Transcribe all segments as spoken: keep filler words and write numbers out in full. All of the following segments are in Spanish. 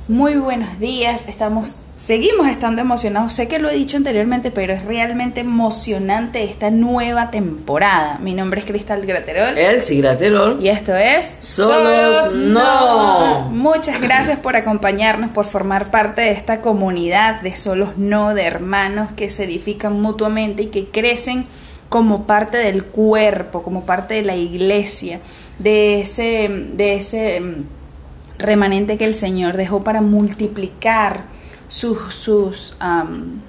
Muy buenos días, estamos, seguimos estando emocionados, sé que lo he dicho anteriormente, pero es realmente emocionante esta nueva temporada. Mi nombre es Cristal Graterol. Elsie Graterol. Y esto es Solos No. Muchas gracias por acompañarnos, por formar parte de esta comunidad de Solos No, de hermanos que se edifican mutuamente y que crecen como parte del cuerpo, como parte de la iglesia, de ese, de ese remanente que el Señor dejó para multiplicar sus, sus um,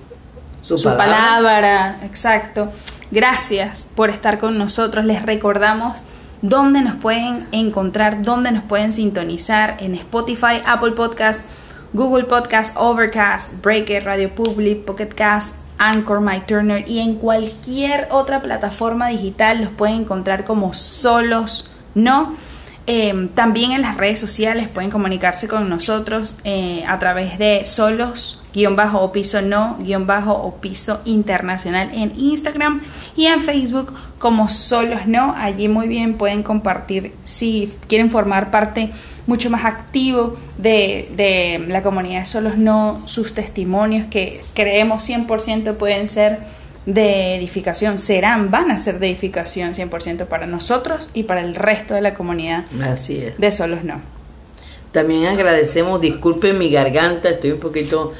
su, su palabra. palabra. Exacto. Gracias por estar con nosotros. Les recordamos dónde nos pueden encontrar, dónde nos pueden sintonizar: en Spotify, Apple Podcast, Google Podcast, Overcast, Breaker, Radio Public, Pocket Cast, Anchor, MyTurner y en cualquier otra plataforma digital los pueden encontrar como Solos No. Eh, también en las redes sociales pueden comunicarse con nosotros eh, a través de solos guión bajo o piso no guión bajo o piso internacional en Instagram y en Facebook como Solos No. Allí muy bien pueden compartir, si quieren formar parte mucho más activo de, de la comunidad de Solos No, sus testimonios que creemos cien por ciento pueden ser de edificación, serán, van a ser de edificación cien por ciento para nosotros y para el resto de la comunidad. Así es. De Solos No. También agradecemos, disculpen mi garganta, estoy un poquito,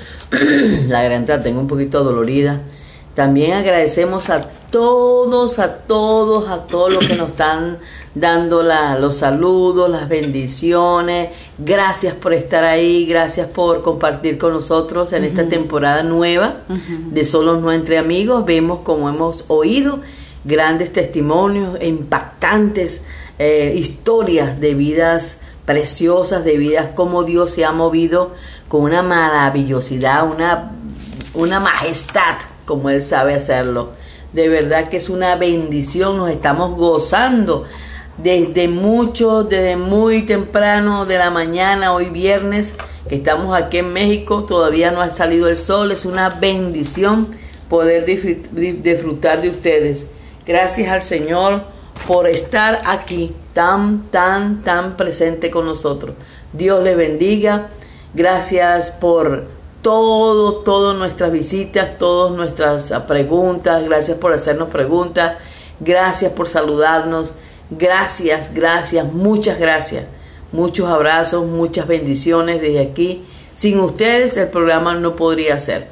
la garganta tengo un poquito dolorida. También agradecemos a todos, a todos, a todos los que nos están dando la, los saludos, las bendiciones. Gracias por estar ahí, gracias por compartir con nosotros en uh-huh. esta temporada nueva uh-huh. de Solos No Entre Amigos. Vemos, como hemos oído, grandes testimonios, impactantes eh, historias de vidas preciosas, de vidas como Dios se ha movido con una maravillosidad, una, una majestad, como Él sabe hacerlo. De verdad que es una bendición, nos estamos gozando desde mucho, desde muy temprano de la mañana, hoy viernes, que estamos aquí en México, todavía no ha salido el sol, es una bendición poder disfrutar de ustedes. Gracias al Señor por estar aquí, tan, tan, tan presente con nosotros. Dios les bendiga, gracias por todo, todas nuestras visitas, todas nuestras preguntas, gracias por hacernos preguntas, gracias por saludarnos, gracias, gracias, muchas gracias, muchos abrazos, muchas bendiciones desde aquí. Sin ustedes el programa no podría ser,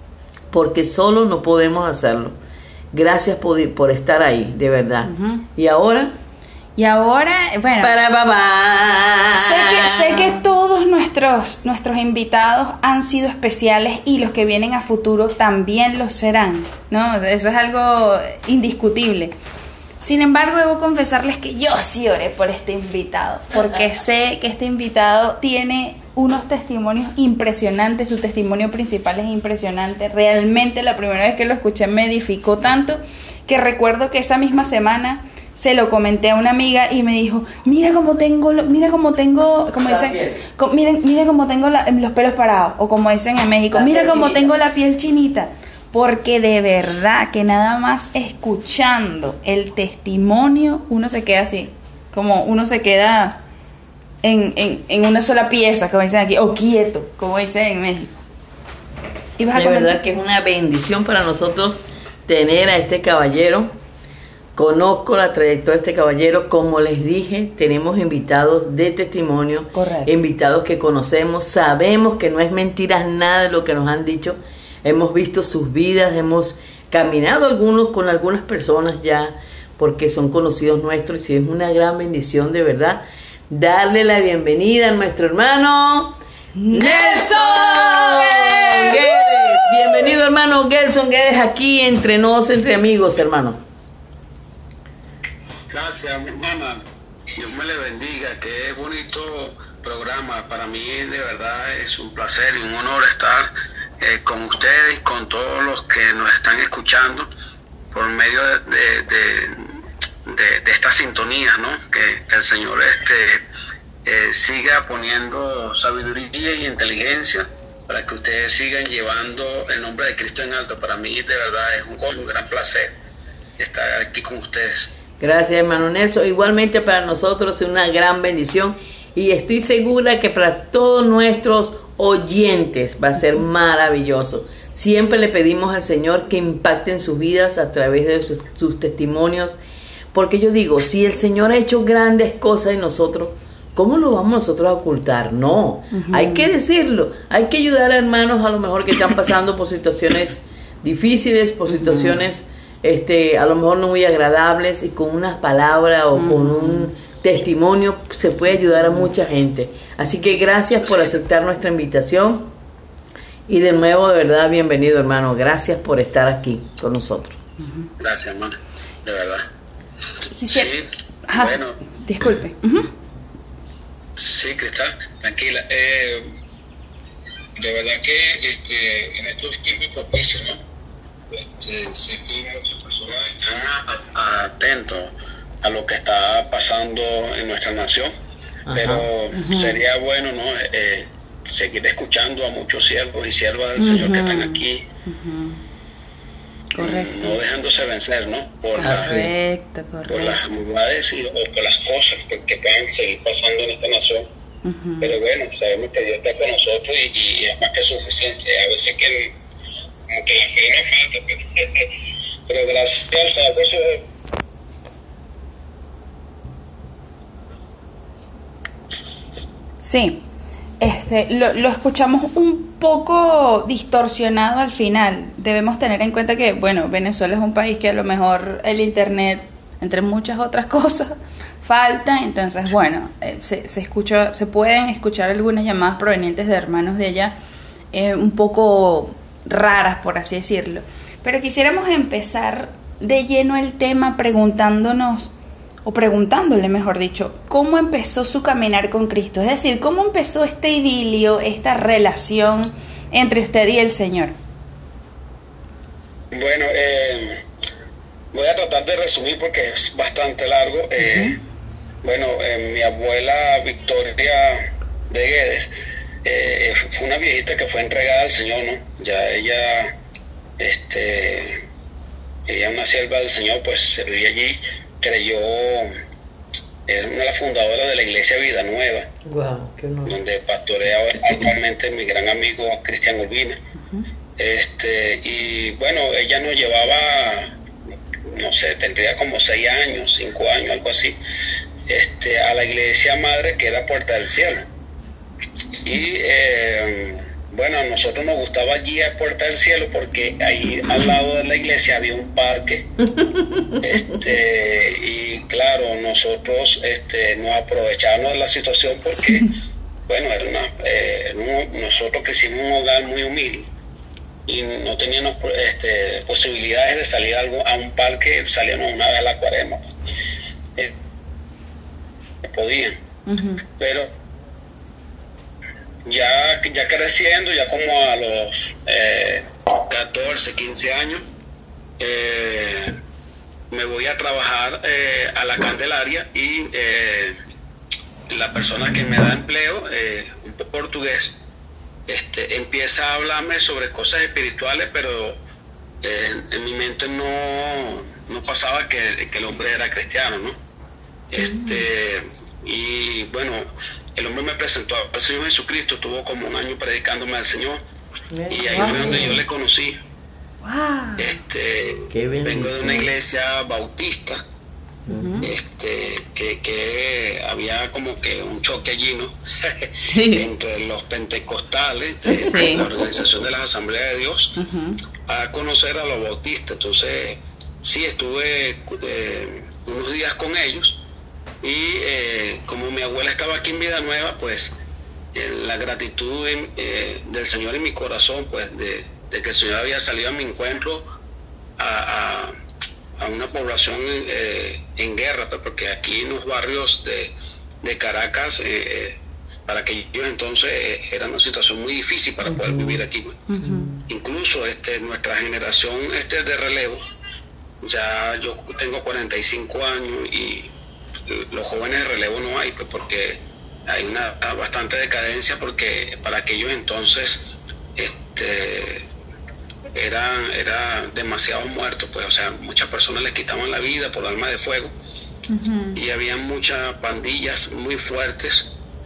porque solo no podemos hacerlo. Gracias por, por estar ahí, de verdad. Uh-huh. Y ahora... Y ahora, bueno, para papá. Sé que, sé que todos nuestros, nuestros invitados han sido especiales y los que vienen a futuro también lo serán, ¿no? Eso es algo indiscutible. Sin embargo, debo confesarles que yo sí oré por este invitado, porque sé que este invitado tiene unos testimonios impresionantes, su testimonio principal es impresionante. Realmente la primera vez que lo escuché me edificó tanto que recuerdo que esa misma semana se lo comenté a una amiga y me dijo, mira cómo tengo, mira cómo tengo, como dicen, con, miren, mira cómo tengo la, los pelos parados, o como dicen en México, la mira cómo chinita. Tengo la piel chinita, porque de verdad que nada más escuchando el testimonio uno se queda así, como uno se queda en, en, en una sola pieza, como dicen aquí, o quieto, como dicen en México. ¿Y vas a de comentar? Verdad que es una bendición para nosotros tener a este caballero. Conozco la trayectoria de este caballero, como les dije, tenemos invitados de testimonio, correcto, invitados que conocemos, sabemos que no es mentira nada de lo que nos han dicho, hemos visto sus vidas, hemos caminado algunos con algunas personas ya, porque son conocidos nuestros y es una gran bendición de verdad darle la bienvenida a nuestro hermano Nelson Guedes. Bienvenido, hermano Nelson Guedes, aquí entre nos, entre amigos, hermano. Gracias, mi hermana. Dios me le bendiga. Qué bonito programa. Para mí, de verdad, es un placer y un honor estar eh, con ustedes y con todos los que nos están escuchando por medio de, de, de, de, de esta sintonía, ¿no? Que, que el Señor este, eh, siga poniendo sabiduría y inteligencia para que ustedes sigan llevando el nombre de Cristo en alto. Para mí, de verdad, es un, un gran placer estar aquí con ustedes. Gracias, hermano Nelson. Igualmente para nosotros es una gran bendición y estoy segura que para todos nuestros oyentes va a ser maravilloso. Siempre le pedimos al Señor que impacte en sus vidas a través de sus, sus testimonios, porque yo digo, si el Señor ha hecho grandes cosas en nosotros, ¿cómo lo vamos nosotros a ocultar? No, uh-huh. Hay que decirlo, hay que ayudar a hermanos a lo mejor que están pasando por situaciones difíciles, por situaciones uh-huh. este, a lo mejor no muy agradables, y con unas palabras o uh-huh. con un testimonio se puede ayudar a mucha gente. Así que gracias por aceptar nuestra invitación. Y de nuevo, de verdad, bienvenido, hermano. Gracias por estar aquí con nosotros. Gracias, hermano. De verdad. Quisiera... Sí, Ajá. Bueno. Disculpe. Uh-huh. Sí, Cristal, tranquila. Eh, de verdad que este, en estos tiempos propicios, ¿no? Este, sé que muchas personas están a, a, atentos a lo que está pasando en nuestra nación. Ajá. Pero uh-huh. sería bueno, ¿no? Eh, seguir escuchando a muchos siervos y siervas del uh-huh. Señor que están aquí, uh-huh. correcto. No dejándose vencer, ¿no? Por, correcto, la, correcto. por las ambigüedades y, o por las cosas que puedan seguir pasando en esta nación. Uh-huh. Pero bueno, sabemos que Dios está con nosotros y, y es más que suficiente. A veces que, como que la fe nos falta, pero, pero gracias a Dios. Sí. Este, lo, lo escuchamos un poco distorsionado al final. Debemos tener en cuenta que, bueno, Venezuela es un país que a lo mejor el internet, entre muchas otras cosas, falta. Entonces, bueno, eh, se, se escucha, se pueden escuchar algunas llamadas provenientes de hermanos de allá, eh, un poco raras, por así decirlo. Pero quisiéramos empezar de lleno el tema preguntándonos, o preguntándole, mejor dicho, ¿cómo empezó su caminar con Cristo? Es decir, ¿cómo empezó este idilio, esta relación entre usted y el Señor? Bueno, eh, voy a tratar de resumir porque es bastante largo. Eh, uh-huh. Bueno, eh, mi abuela Victoria de Guedes eh, fue una viejita que fue entregada al Señor, ¿no? Ya ella, este, ella una sierva del Señor, pues servía allí. Creyó, era una de las fundadoras de la iglesia Vida Nueva, wow, qué no. donde pastorea actualmente mi gran amigo Cristian Urbina. Uh-huh. Este, y bueno, ella nos llevaba, no sé, tendría como seis años, cinco años, algo así, este, a la iglesia madre que era Puerta del Cielo. Y eh, bueno, a nosotros nos gustaba allí a Puerta del Cielo porque ahí al lado de la iglesia había un parque. Este, y claro, nosotros este, nos aprovechábamos de la situación porque, bueno, era una, eh, un, nosotros crecimos en un hogar muy humilde y no teníamos este, posibilidades de salir a, algo, a un parque, salíamos una vez a la cuaresma. Eh, podían, uh-huh. Pero ya, ya creciendo, ya como a los eh, catorce, quince años, eh, me voy a trabajar eh, a la Candelaria y eh, la persona que me da empleo, eh, un portugués, este, empieza a hablarme sobre cosas espirituales, pero eh, en mi mente no, no pasaba que, que el hombre era cristiano, ¿no? Este, y bueno, el hombre me presentó al Señor Jesucristo, estuvo como un año predicándome al Señor, y ahí wow. fue donde yo le conocí. Wow. Este, vengo de una iglesia bautista, uh-huh. este, que, que había como que un choque allí, ¿no? Sí. Entre los pentecostales, sí, de, sí. la organización de las Asambleas de Dios, uh-huh. a conocer a los bautistas. Entonces, sí, estuve eh, unos días con ellos. Y eh, como mi abuela estaba aquí en Vida Nueva, pues eh, la gratitud eh, del Señor en mi corazón, pues de, de que el Señor había salido a mi encuentro a, a, a una población eh, en guerra, pues, porque aquí en los barrios de, de Caracas, eh, para aquellos entonces eh, era una situación muy difícil para uh-huh. poder vivir aquí. Pues. Uh-huh. Incluso este, nuestra generación este de relevo, ya yo tengo cuarenta y cinco años y los jóvenes de relevo no hay, pues porque hay una bastante decadencia, porque para aquellos entonces este eran era demasiados muertos, pues, o sea, muchas personas les quitaban la vida por armas de fuego, uh-huh. y había muchas pandillas muy fuertes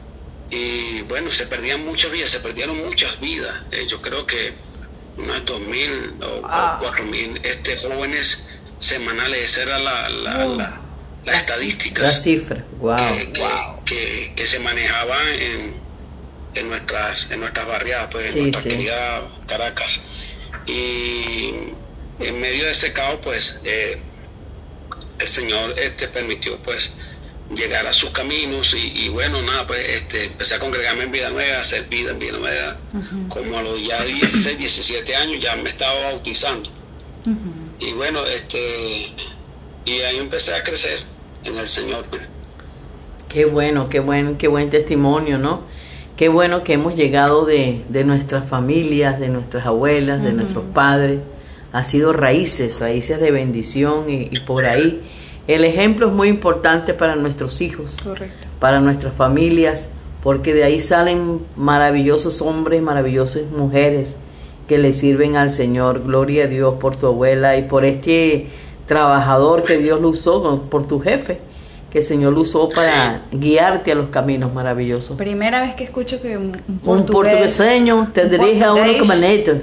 y bueno, se perdían muchas vidas, se perdieron muchas vidas. Eh, yo creo que unas dos mil o, Ah. o cuatro mil este, jóvenes semanales, esa era la, la, Uh, la, las estadísticas La cifra, wow. que, que, Wow. que, que se manejaban en, en nuestras en nuestras barriadas, pues Sí, en nuestra sí. querida Caracas. Y en medio de ese caos, pues eh, el Señor este permitió pues llegar a sus caminos y, y bueno, nada, pues este empecé a congregarme en Vida Nueva, a hacer vida en Vida Nueva. Ujú. Como a los ya dieciséis, diecisiete años ya me estaba bautizando. Ujú. Y bueno, este y ahí empecé a crecer en el Señor. Pues. Qué bueno, qué buen, qué buen testimonio, ¿no? Qué bueno que hemos llegado de, de nuestras familias, de nuestras abuelas, de Ujú. nuestros padres. Ha sido raíces, raíces de bendición y, y por ahí el ejemplo es muy importante para nuestros hijos, Correcto. para nuestras familias, porque de ahí salen maravillosos hombres, maravillosas mujeres que le sirven al Señor. Gloria a Dios por tu abuela y por este trabajador que Dios lo usó, por tu jefe, que el Señor lo usó para guiarte a los caminos maravillosos. Primera vez que escucho que un, un Un portugués... portugueseño te un dirige a uno portugués- como neto.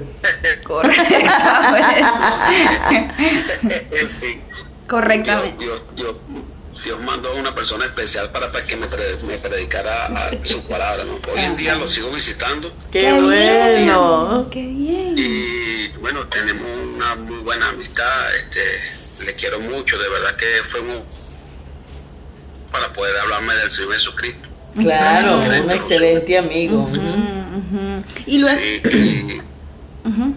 Correctamente. Sí. Correctamente. Dios, Dios, Dios, Dios mandó a una persona especial para, para que me, pre- me predicara a sus palabras, ¿no? Hoy en día lo sigo visitando ¡Qué bueno! ¡Qué bien! y bueno, tenemos una muy buena amistad. Este, le quiero mucho, de verdad que fue un para poder hablarme del Señor Jesucristo. Claro, un excelente amigo. Ujú, Ujú. ujú. Y luego... Sí, y, Ujú.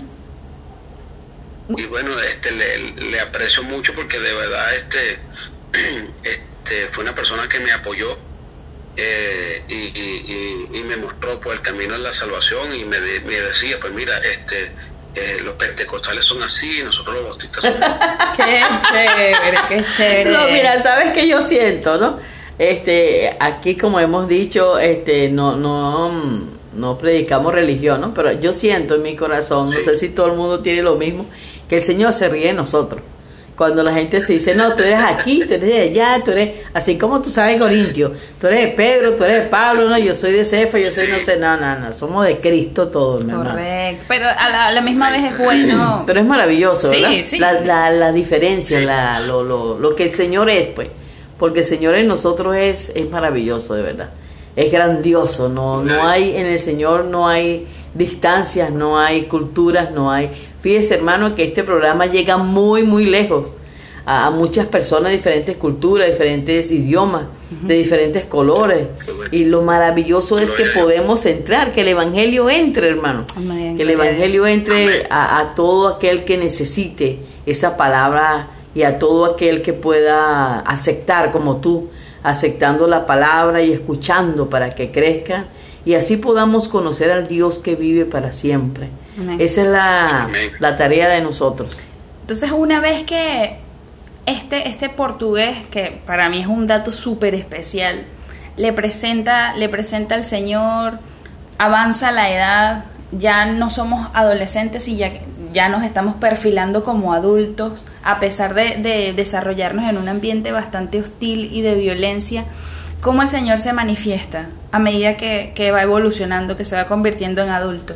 y bueno, este le, le aprecio mucho porque de verdad este, este fue una persona que me apoyó eh, y, y, y, y me mostró pues el camino de la salvación y me, de- me decía pues mira, este eh, los pentecostales son así, nosotros los bautistas somos ¡Qué chévere, qué chévere! No, mira, ¿sabes qué yo siento, no? Este, aquí como hemos dicho, este, no, no, mm, no predicamos religión, ¿no? Pero yo siento en mi corazón, no Sí. sé si todo el mundo tiene lo mismo, que el Señor se ríe de nosotros. Cuando la gente se dice, no, tú eres aquí, tú eres de allá, tú eres, así como tú sabes Corintio, tú eres de Pedro, tú eres de Pablo, no, yo soy de Cefa, yo soy Sí. no sé, no, no, no, somos de Cristo todos, mi hermano. Correcto. Pero a la, a la misma vez es bueno... Pero es maravilloso, Sí, ¿verdad? sí. La, la, la diferencia, Sí. la, lo, lo, lo que el Señor es, pues. Porque el Señor en nosotros es, es maravilloso, de verdad. Es grandioso. No, no hay, en el Señor no hay distancias, no hay culturas, no hay... Fíjese, hermano, que este programa llega muy, muy lejos. A, a muchas personas de diferentes culturas, diferentes idiomas, de diferentes colores. Y lo maravilloso es que podemos entrar, que el Evangelio entre, hermano. Amén. Que el Evangelio entre a, a todo aquel que necesite esa palabra y a todo aquel que pueda aceptar como tú, aceptando la palabra y escuchando para que crezca y así podamos conocer al Dios que vive para siempre. Amén. Esa es la, Amén. la tarea de nosotros. Entonces, una vez que este, este portugués, que para mí es un dato súper especial, le presenta, le presenta al Señor, avanza la edad, ya no somos adolescentes y ya, ya nos estamos perfilando como adultos, a pesar de, de desarrollarnos en un ambiente bastante hostil y de violencia. ¿Cómo el Señor se manifiesta a medida que, que va evolucionando, que se va convirtiendo en adulto?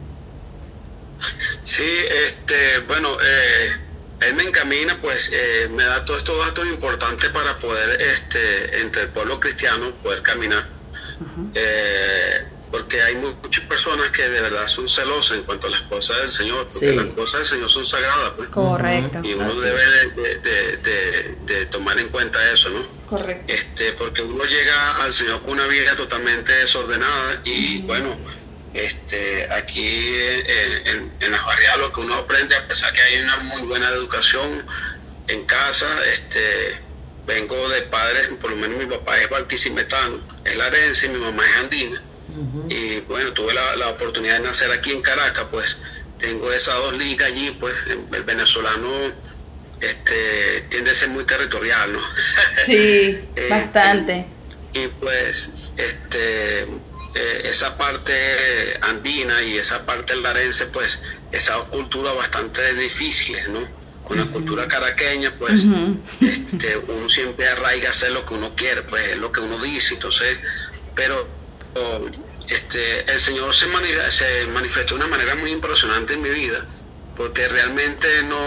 Sí, este, bueno, eh, él me encamina, pues eh, me da todos estos datos importantes para poder, este, entre el pueblo cristiano, poder caminar. Uh-huh. eh, porque hay mu- muchas personas que de verdad son celosas en cuanto a las cosas del Señor, porque Sí. las cosas del Señor son sagradas, pues. Correcto, Y uno Así debe de, de- de- de- de tomar en cuenta eso, ¿no? correcto. Este, porque uno llega al Señor con una vida totalmente desordenada y bueno, este, aquí en, en, en las barriadas lo que uno aprende, a pesar que hay una muy buena educación en casa, este, vengo de padres, por lo menos mi papá es barquisimetano, es larense y mi mamá es andina. Y bueno, tuve la, la oportunidad de nacer aquí en Caracas, pues tengo esas dos ligas allí, pues el venezolano este tiende a ser muy territorial, ¿no? Sí, Eh, bastante. Y pues este eh, esa parte andina y esa parte larense, pues esa cultura bastante difíciles, ¿no? Con la cultura caraqueña, pues Ujú. este, uno siempre arraiga a hacer lo que uno quiere, pues es lo que uno dice, entonces, pero este, el Señor se, mani se manifestó de una manera muy impresionante en mi vida, porque realmente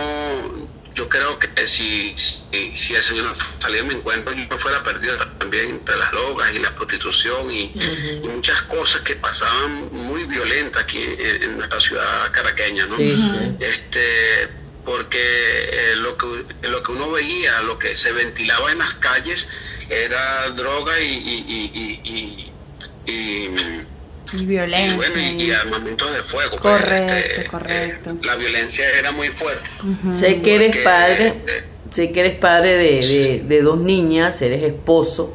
no, yo creo que si, si, si el Señor salía en mi encuentro, yo no fuera perdido también entre las drogas y la prostitución y, uh-huh. y muchas cosas que pasaban muy violentas aquí en, en nuestra ciudad caraqueña, ¿no? Sí, sí. Este, porque eh, lo que lo que uno veía, lo que se ventilaba en las calles era droga y y y y, y, y, y violencia y, bueno, y, y armamentos de fuego. Correcto, pues, este, correcto. Eh, la violencia era muy fuerte. Uh-huh. Sé que eres porque, padre, eh, sé que eres padre de, de, de dos niñas, eres esposo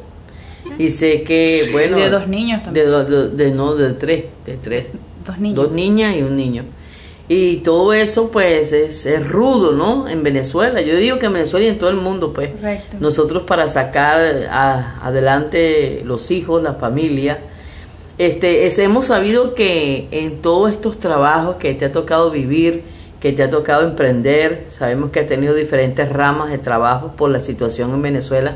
y sé que sí, bueno de dos niños también. De, de, de no de tres, de tres, dos niños, dos niñas y un niño. Y todo eso pues es, es rudo, ¿no? En Venezuela, yo digo que en Venezuela y en todo el mundo pues. Correcto. Nosotros para sacar a, adelante los hijos, la familia, este, es, hemos sabido que en todos estos trabajos que te ha tocado vivir, que te ha tocado emprender, sabemos que has tenido diferentes ramas de trabajo por la situación en Venezuela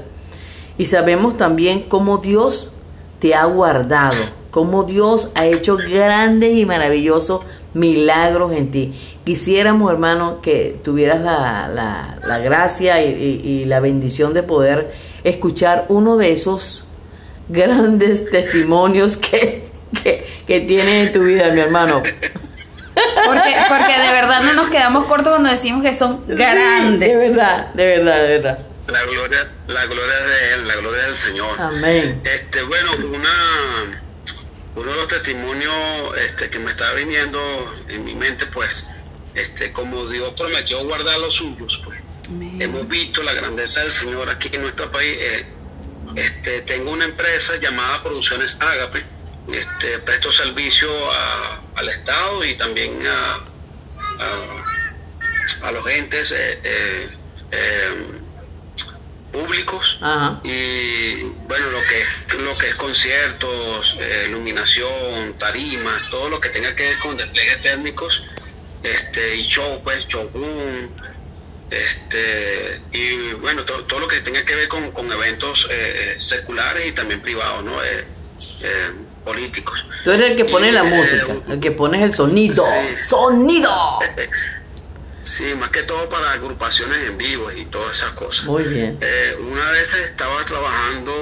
y sabemos también cómo Dios te ha guardado, cómo Dios ha hecho grandes y maravillosos milagros en ti. Quisiéramos, hermano, que tuvieras la, la, la gracia y, y, y la bendición de poder escuchar uno de esos grandes testimonios que, que, que tienes en tu vida, mi hermano. Porque, porque de verdad no nos quedamos cortos cuando decimos que son grandes. De verdad, de verdad, de verdad. La gloria, la gloria de Él, la gloria del Señor. Amén. Este, bueno, una... Uno de los testimonios este, que me estaba viniendo en mi mente, pues, este, como Dios prometió guardar los suyos, pues, Amén. Hemos visto la grandeza del Señor aquí en nuestro país. Eh, este, tengo una empresa llamada Producciones Ágape, este, presto servicio a, al Estado y también a, a, a los entes eh, eh, eh, públicos. Ajá. Y bueno, lo que lo que es conciertos, eh, iluminación, tarimas, todo lo que tenga que ver con despliegues térmicos, este y show, pues showroom, este y bueno, to, todo lo que tenga que ver con, con eventos eh, seculares y también privados, ¿no? Eh, eh, políticos. Tú eres el que pone y, la eh, música, el que pones el sonido, sí. sonido. Sí, más que todo para agrupaciones en vivo y todas esas cosas. Muy bien. Eh, una vez estaba trabajando,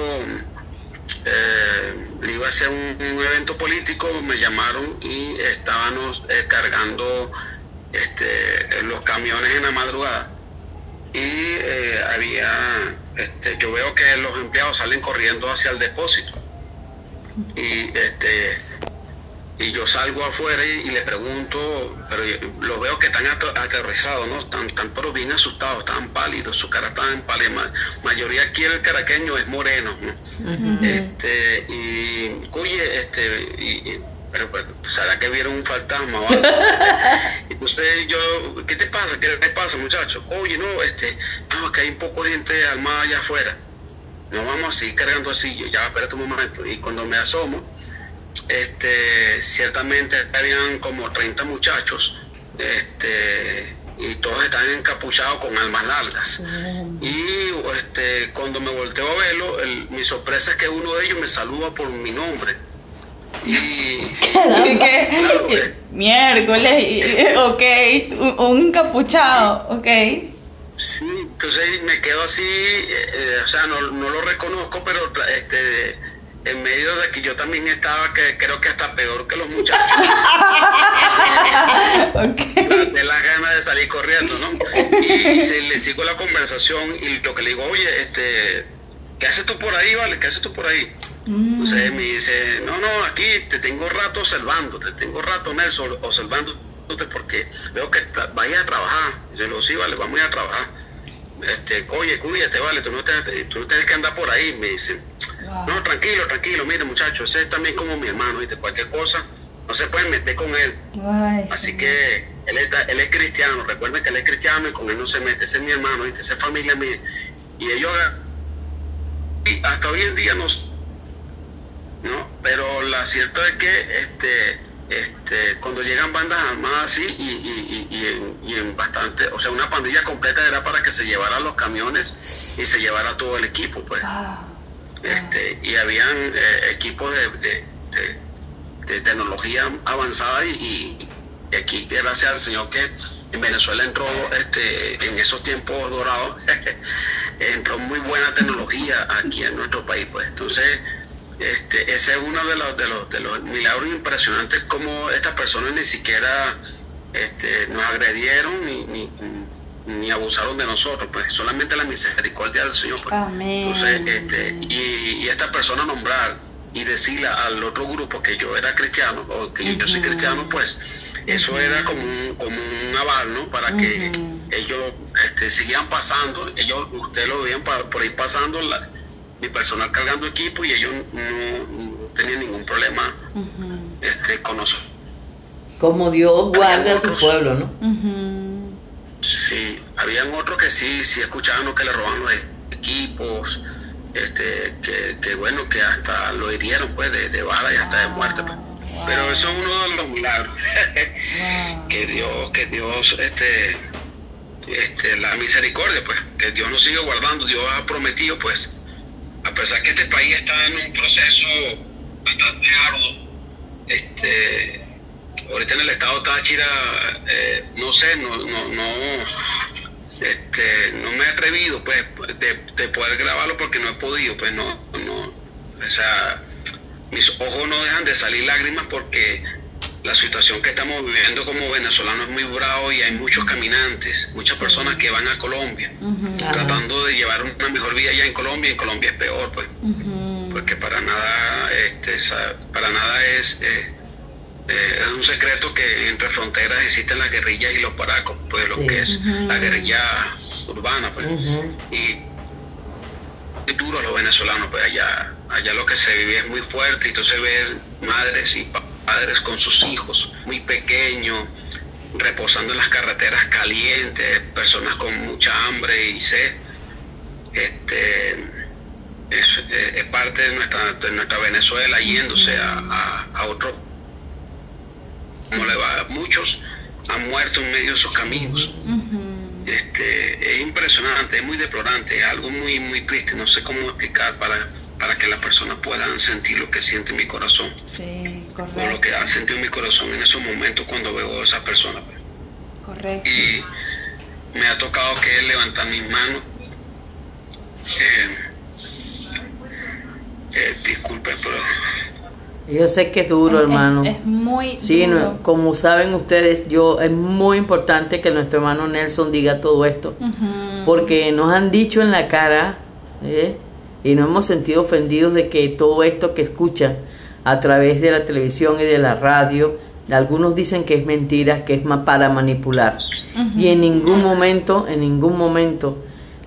eh, iba a hacer un, un evento político, me llamaron y estábamos eh, cargando este, los camiones en la madrugada. Y eh, había, este, yo veo que los empleados salen corriendo hacia el depósito. Y este... Y yo salgo afuera y, y le pregunto, pero yo, los veo que están aterrizados, ¿no? Están, están pero bien asustados, están pálidos, su cara está en pálida. Ma, mayoría aquí el caraqueño es moreno, ¿no? Uh-huh. Este, y, oye, este, y, y, pero, pero ¿será que vieron un fantasma o algo? Entonces yo, ¿qué te pasa? ¿Qué te pasa, muchachos? Oye, no, este, no, es que hay un poco de gente armada allá afuera. No vamos así, cargando así, yo, ya, espérate un momento. Y cuando me asomo, este ciertamente habían como treinta muchachos, este y todos están encapuchados con armas largas. Uh-huh. Y este cuando me volteo a verlo, el, mi sorpresa es que uno de ellos me saluda por mi nombre. Y, y ¿qué? Claro, eh, miércoles, ok, un, un encapuchado, ok. Sí, entonces me quedo así, eh, o sea, no, no lo reconozco, pero este en medio de que yo también estaba, que creo que hasta peor que los muchachos. Okay. De las ganas de salir corriendo, ¿no? Y, y se, le sigo la conversación y lo que le digo, oye, este, ¿qué haces tú por ahí, vale? ¿Qué haces tú por ahí? Mm. Entonces me dice, no, no, aquí te tengo rato observando, te tengo rato, Nelson, observándote porque veo que vayas a trabajar. Y yo le digo, sí, vale, vamos a ir a trabajar. Este, oye, cuídate, vale, tú no, te, tú no tienes que andar por ahí, me dice. Wow. No, tranquilo, tranquilo, mire muchachos, ese es también como mi hermano, ¿viste? Cualquier cosa, no se pueden meter con él. Ay, así sí. que él, está, él es cristiano, recuerden que él es cristiano y con él no se mete, ese es mi hermano, ¿viste? Esa es familia mía. Y ellos, y hasta hoy en día no, no, pero la cierta es que este, este, cuando llegan bandas armadas así y, y, y, y, en, y en bastante, o sea, una pandilla completa era para que se llevaran los camiones y se llevara todo el equipo, pues. Wow. Este, y habían eh, equipos de, de, de, de tecnología avanzada y, y aquí gracias al Señor que en Venezuela entró este, en esos tiempos dorados entró muy buena tecnología aquí en nuestro país, pues entonces este, ese es uno de los, de los, de los milagros impresionantes, como estas personas ni siquiera este, nos agredieron ni, ni, ni abusaron de nosotros, pues solamente la misericordia del Señor, pues. Amén. Entonces este, y, y esta persona nombrar y decirle al otro grupo que yo era cristiano o que uh-huh. yo soy cristiano, pues eso uh-huh. era como un, como un aval, ¿no? Para que uh-huh. ellos este, siguieran pasando, ellos, ustedes lo veían por, por ahí pasando, la, mi personal cargando equipo y ellos no, no tenían ningún problema uh-huh. este, con nosotros. Como Dios guarda a su pueblo, ¿no? Uh-huh. Sí, habían otros que sí, sí escuchaban lo que le robaban los equipos, este, que, que bueno, que hasta lo hirieron pues de, de bala y hasta de muerte, pues. Wow. Pero eso es uno de los milagros wow. que Dios, que Dios, este, este, la misericordia, pues, que Dios nos sigue guardando. Dios ha prometido, pues, a pesar que este país está en un proceso bastante arduo, este, ahorita en el estado Táchira, eh, no sé, no, no, no, este, no me he atrevido, pues, de, de poder grabarlo porque no he podido, pues, no, no, o sea, mis ojos no dejan de salir lágrimas porque la situación que estamos viviendo como venezolanos es muy bravo y hay muchos caminantes, muchas sí. personas que van a Colombia, uh-huh. tratando de llevar una mejor vida allá en Colombia, y en Colombia es peor, pues, uh-huh. porque para nada, este, para nada es, eh, eh, es un secreto que entre fronteras existen las guerrillas y los paracos, pues lo sí. que es uh-huh. la guerrilla urbana, pues, uh-huh. y es duro a los venezolanos, pues allá, allá lo que se vive es muy fuerte, y entonces ver madres y padres con sus hijos muy pequeños, reposando en las carreteras calientes, personas con mucha hambre y sed, este, es, es parte de nuestra, de nuestra Venezuela yéndose a, a, a otro, como le va, muchos han muerto en medio de esos caminos. Uh-huh. Este, es impresionante, es muy deplorante, es algo muy muy triste, no sé cómo explicar para, para que las personas puedan sentir lo que siente mi corazón. Sí, correcto. O lo que ha sentido mi corazón en esos momentos cuando veo a esas personas. Correcto. Y me ha tocado que levantar mis manos. Eh, eh, disculpen, pero... Yo sé que es duro, es, hermano. Es, es muy sí, duro. No, como saben ustedes, yo es muy importante que nuestro hermano Nelson diga todo esto, uh-huh. porque nos han dicho en la cara, ¿eh? y nos hemos sentido ofendidos de que todo esto que escuchan a través de la televisión y de la radio, algunos dicen que es mentira, que es para manipular. Uh-huh. Y en ningún momento, en ningún momento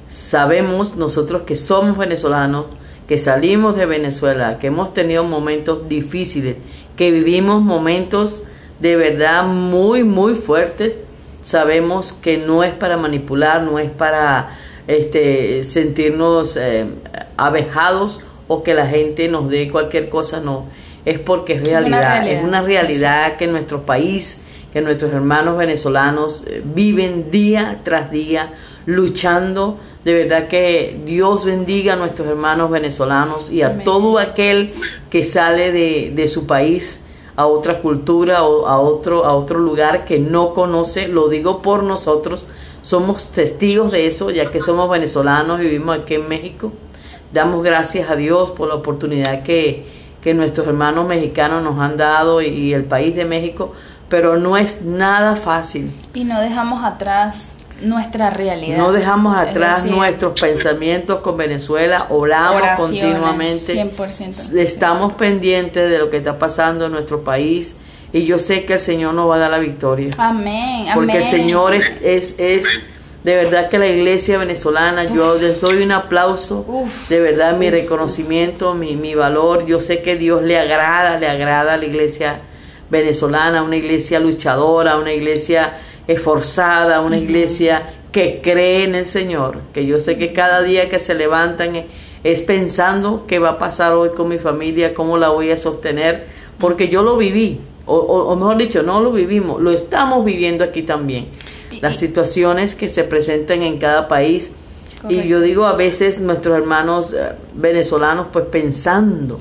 sabemos nosotros que somos venezolanos, que salimos de Venezuela, que hemos tenido momentos difíciles, que vivimos momentos de verdad muy, muy fuertes. Sabemos que no es para manipular, no es para este, sentirnos eh, avejados o que la gente nos dé cualquier cosa, no. Es porque es realidad, una realidad. es una realidad sí, sí. que nuestro país, que nuestros hermanos venezolanos eh, viven día tras día luchando. De verdad que Dios bendiga a nuestros hermanos venezolanos y a Amén. todo aquel que sale de, de su país a otra cultura o a otro, a otro lugar que no conoce. Lo digo por nosotros, somos testigos de eso, ya que somos venezolanos y vivimos aquí en México. Damos gracias a Dios por la oportunidad que, que nuestros hermanos mexicanos nos han dado y, y el país de México, pero no es nada fácil. Y no dejamos atrás nuestra realidad. No dejamos atrás decir, nuestros pensamientos con Venezuela, oramos continuamente, cien por ciento. Estamos sí. pendientes de lo que está pasando en nuestro país y yo sé que el Señor nos va a dar la victoria. Amén, porque amén. el Señor es, es, es de verdad que la iglesia venezolana, Uf. yo les doy un aplauso, Uf. de verdad mi Uf. reconocimiento, mi, mi valor. Yo sé que Dios le agrada, le agrada a la iglesia venezolana, una iglesia luchadora, una iglesia esforzada, una iglesia que cree en el Señor, que yo sé que cada día que se levantan es pensando qué va a pasar hoy con mi familia, cómo la voy a sostener, porque yo lo viví, o, o, o mejor dicho, no lo vivimos, lo estamos viviendo aquí también, las situaciones que se presentan en cada país. Correcto. Y yo digo a veces nuestros hermanos venezolanos pues pensando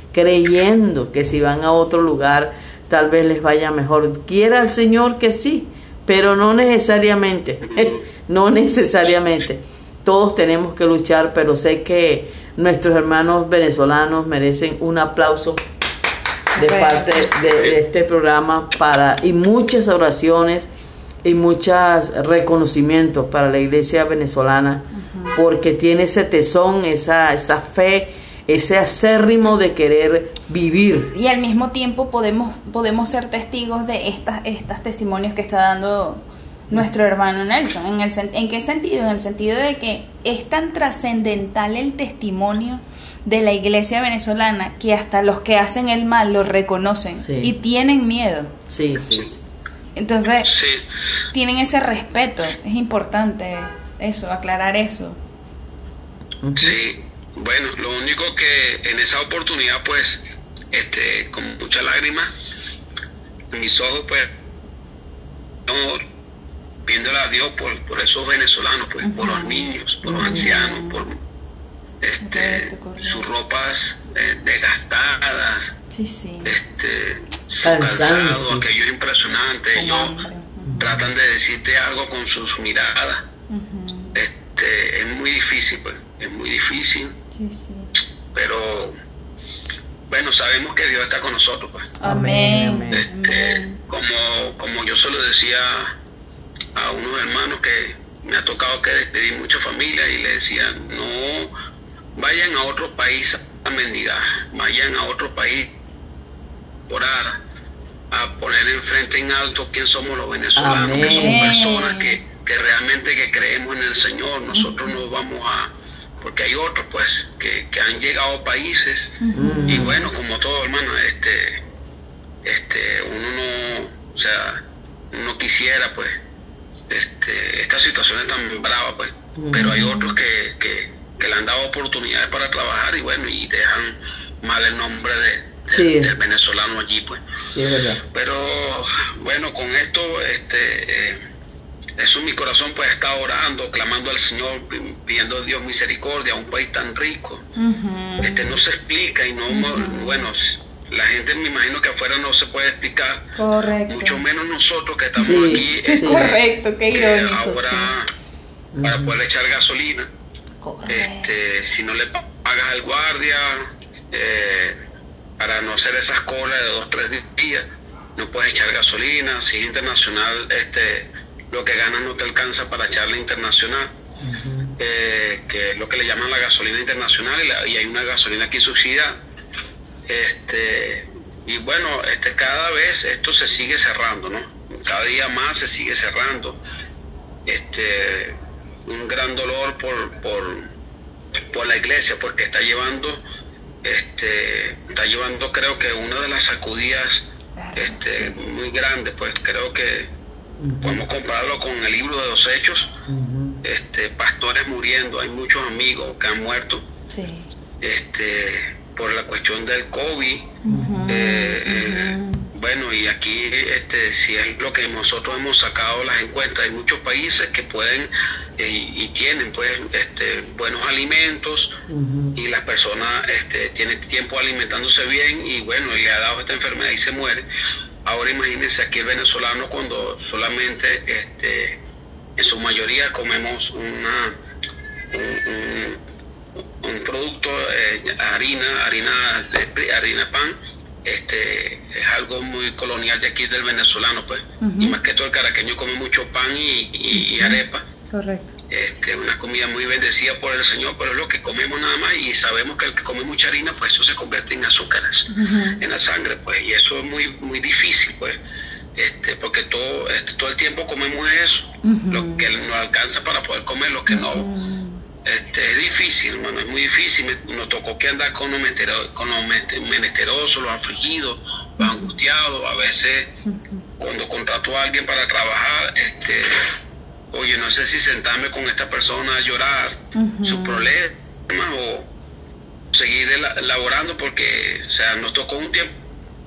creyendo que si van a otro lugar tal vez les vaya mejor. Quiera el Señor que sí, pero no necesariamente, no necesariamente. Todos tenemos que luchar, pero sé que nuestros hermanos venezolanos merecen un aplauso de parte de, de este programa para y muchas oraciones y muchos reconocimientos para la iglesia venezolana, uh-huh. porque tiene ese tesón, esa, esa fe, ese acérrimo de querer vivir. Y al mismo tiempo podemos, podemos ser testigos de estas, estas testimonios que está dando nuestro hermano Nelson. ¿En, el, ¿En qué sentido? En el sentido de que es tan trascendental el testimonio de la iglesia venezolana que hasta los que hacen el mal lo reconocen, sí. y tienen miedo. Sí, sí. Entonces, sí. tienen ese respeto. Es importante eso, aclarar eso. Sí, bueno, lo único que en esa oportunidad, pues, este, con muchas lágrimas en mis ojos, pues, no, pidiéndole a Dios por, por esos venezolanos, pues, uh-huh. por los niños, por los uh-huh. ancianos, por este, correcto, correcto. sus ropas eh, desgastadas, sí, sí. este, su calzado, aquello es impresionante. Ellos uh-huh. tratan de decirte algo con sus miradas. Uh-huh. Este, es muy difícil, pues, es muy difícil, sí, sí. pero bueno, sabemos que Dios está con nosotros, pues. Amén. Este, Amén. Como, como yo se lo decía a unos hermanos que me ha tocado que despedir mucha familia y le decía, no vayan a otro país a mendigar, vayan a otro país a orar, a poner enfrente en alto quién somos los venezolanos, Amén. Que somos personas que, que realmente que creemos en el Señor. Nosotros no vamos a, porque hay otros pues que, que han llegado a países uh-huh. y bueno, como todo, hermano, este este uno no, o sea, uno quisiera pues este esta situación es tan brava pues, uh-huh. pero hay otros que, que, que le han dado oportunidades para trabajar y bueno, y dejan mal el nombre de, sí. de, del venezolano allí pues. Sí, es verdad. Pero bueno, con esto este eh, eso mi corazón pues está orando, clamando al Señor, pidiendo a Dios misericordia a un país tan rico. Uh-huh. Este no se explica y no, uh-huh. bueno, la gente me imagino que afuera no se puede explicar. Correcto. Mucho menos nosotros que estamos sí, aquí. Sí. Este, correcto, qué irónico. Ahora sí. para poder echar gasolina. Correcto. Este, si no le pagas al guardia, eh, para no hacer esas colas de dos, tres días, no puedes echar gasolina. Si es internacional, este lo que ganas no te alcanza para echarla internacional, uh-huh. eh, que es lo que le llaman la gasolina internacional, y, la, y hay una gasolina aquí subsidiada. Este, y bueno, este, cada vez esto se sigue cerrando, ¿no? Cada día más se sigue cerrando. Este, un gran dolor por, por, por la iglesia, porque está llevando, este, está llevando creo que una de las sacudidas este, muy grandes, pues creo que Uh-huh. podemos compararlo con el libro de los Hechos, uh-huh. este, pastores muriendo, hay muchos amigos que han muerto, sí. este, por la cuestión del COVID, uh-huh. eh, eh, uh-huh. bueno, y aquí este, si es lo que nosotros hemos sacado las encuestas, hay muchos países que pueden eh, y, y tienen pues este, buenos alimentos, uh-huh. y las personas este, tienen tiempo alimentándose bien y bueno, le ha dado esta enfermedad y se muere. Ahora imagínense aquí el venezolano cuando solamente este, en su mayoría comemos una, un, un, un producto, eh, harina, harina de harina pan, este, es algo muy colonial de aquí del venezolano pues, uh-huh. y más que todo el caraqueño come mucho pan y, y, y arepa. Correcto. Este, una comida muy bendecida por el Señor, pero es lo que comemos nada más, y sabemos que el que come mucha harina, pues eso se convierte en azúcares, uh-huh. en la sangre, pues, y eso es muy muy difícil, pues, este, porque todo este, todo el tiempo comemos eso, uh-huh. lo que nos alcanza para poder comer, lo que uh-huh. no, este, es difícil, hermano, es muy difícil. Nos tocó que andar con los menesterosos, con los menesterosos, los afligidos, los uh-huh. angustiados, a veces, uh-huh. cuando contrato a alguien para trabajar, este oye, no sé si sentarme con esta persona a llorar uh-huh. sus problemas o seguir elaborando, porque, o sea, nos tocó un tiempo.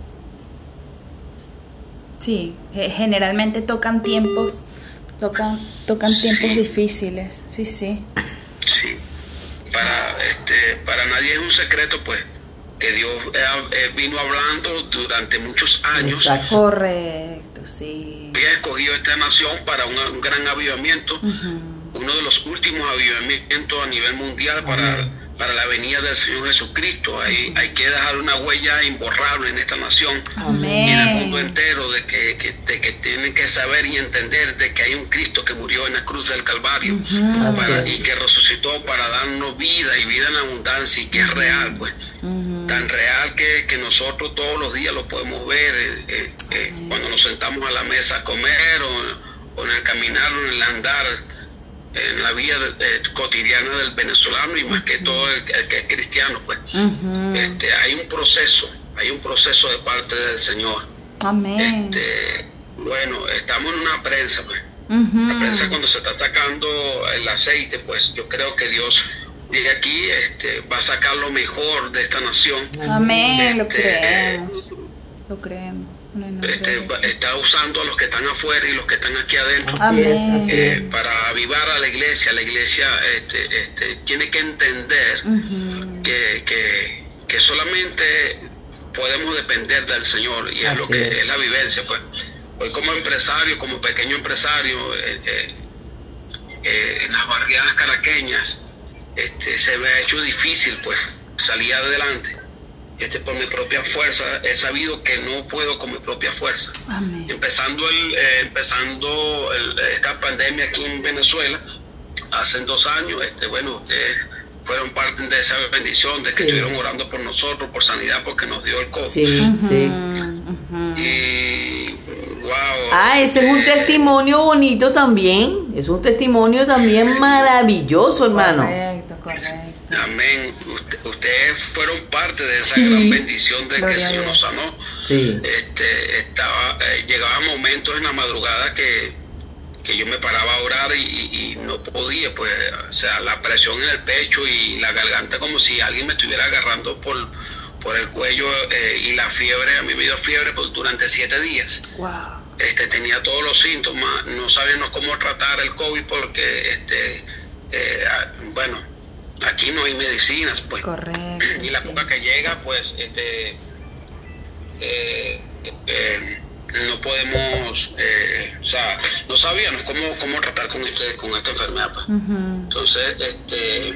Sí, generalmente tocan tiempos, tocan, tocan tiempos sí. difíciles, sí, sí. Sí, para, este, para nadie es un secreto, pues, que Dios eh, eh, vino hablando durante muchos años. Exacto. Correcto, sí. Había escogido esta nación para un, un gran avivamiento, Uh-huh. uno de los últimos avivamientos a nivel mundial para, Amén. para la venida del Señor Jesucristo. Hay, hay que dejar una huella imborrable en esta nación Amén. y en el mundo entero, de que, que, de que tienen que saber y entender de que hay un Cristo que murió en la cruz del Calvario, Uh-huh. para, Así es. y que resucitó para darnos vida y vida en abundancia, y que es real, pues. Uh-huh. Tan real que, que nosotros todos los días lo podemos ver, eh, eh, eh, cuando nos sentamos a la mesa a comer, o, o en el caminar, o en el andar, en la vida eh, cotidiana del venezolano, y más que todo el, el que es cristiano, pues. Uh-huh. Este, hay un proceso, hay un proceso de parte del Señor. Amén. Este, bueno, estamos en una prensa, pues. Uh-huh. La prensa, cuando se está sacando el aceite, pues yo creo que Dios de aquí este, va a sacar lo mejor de esta nación. Amén, lo Este, creemos. Lo creemos. En el nombre Este, de va- Jesús. está usando a los que están afuera y los que están aquí adentro, Así es, Amén. así eh, es. para avivar a la iglesia. La iglesia este, este, tiene que entender Uh-huh. que, que, que solamente podemos depender del Señor, y es Así lo que es. es la vivencia, pues. Hoy, como empresario, como pequeño empresario, eh, eh, eh, en las barriadas caraqueñas, este, se me ha hecho difícil, pues, salir adelante. Este, por mi propia fuerza, he sabido que no puedo con mi propia fuerza. Amén. Empezando, el, eh, empezando el- esta pandemia aquí en Venezuela, hace dos años, este, bueno, ustedes fueron parte de esa bendición, de que Sí. estuvieron orando por nosotros, por sanidad, porque nos dio el COVID. Sí, Uh-huh. sí. Uh-huh. Y, wow. Ah, ese es un eh, testimonio bonito también. Es un testimonio también maravilloso, hermano. Correcto, correcto. Amén. Usted- ustedes fueron parte de esa Sí. gran bendición de que Gloria el a Señor Dios. nos sanó. Sí. Este, estaba, eh, llegaban momentos en la madrugada que, que yo me paraba a orar y, y- y no podía, pues, o sea, la presión en el pecho y la garganta, como si alguien me estuviera agarrando por, por el cuello, eh, y la fiebre, a mí me dio fiebre por, durante siete días. Wow. Este, tenía todos los síntomas, no sabíamos cómo tratar el COVID porque, este, eh, ah, bueno, aquí no hay medicinas, pues. Correcto. Y la sí. poca que llega, pues, este, eh, eh, no podemos, eh, o sea, no sabíamos cómo, cómo tratar con este, con esta enfermedad, pues. Uh-huh. Entonces, este,